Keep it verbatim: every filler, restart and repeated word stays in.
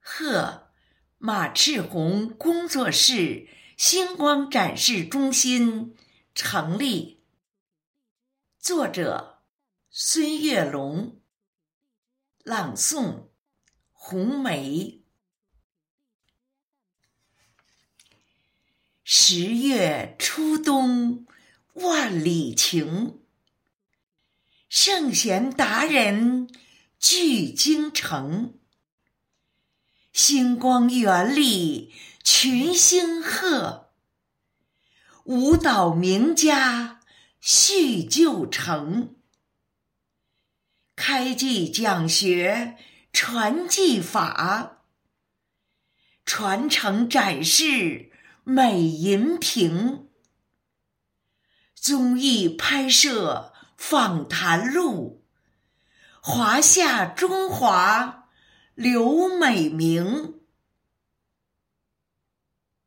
贺马赤红工作室星光展示中心成立。作者孙月龙，朗诵红梅。十月初冬万里晴，圣贤达人聚京城。星光园里群星贺，舞蹈名家叙旧成。开济讲学传技法，传承展示美银屏。综艺拍摄访谈录，华夏中华留美名。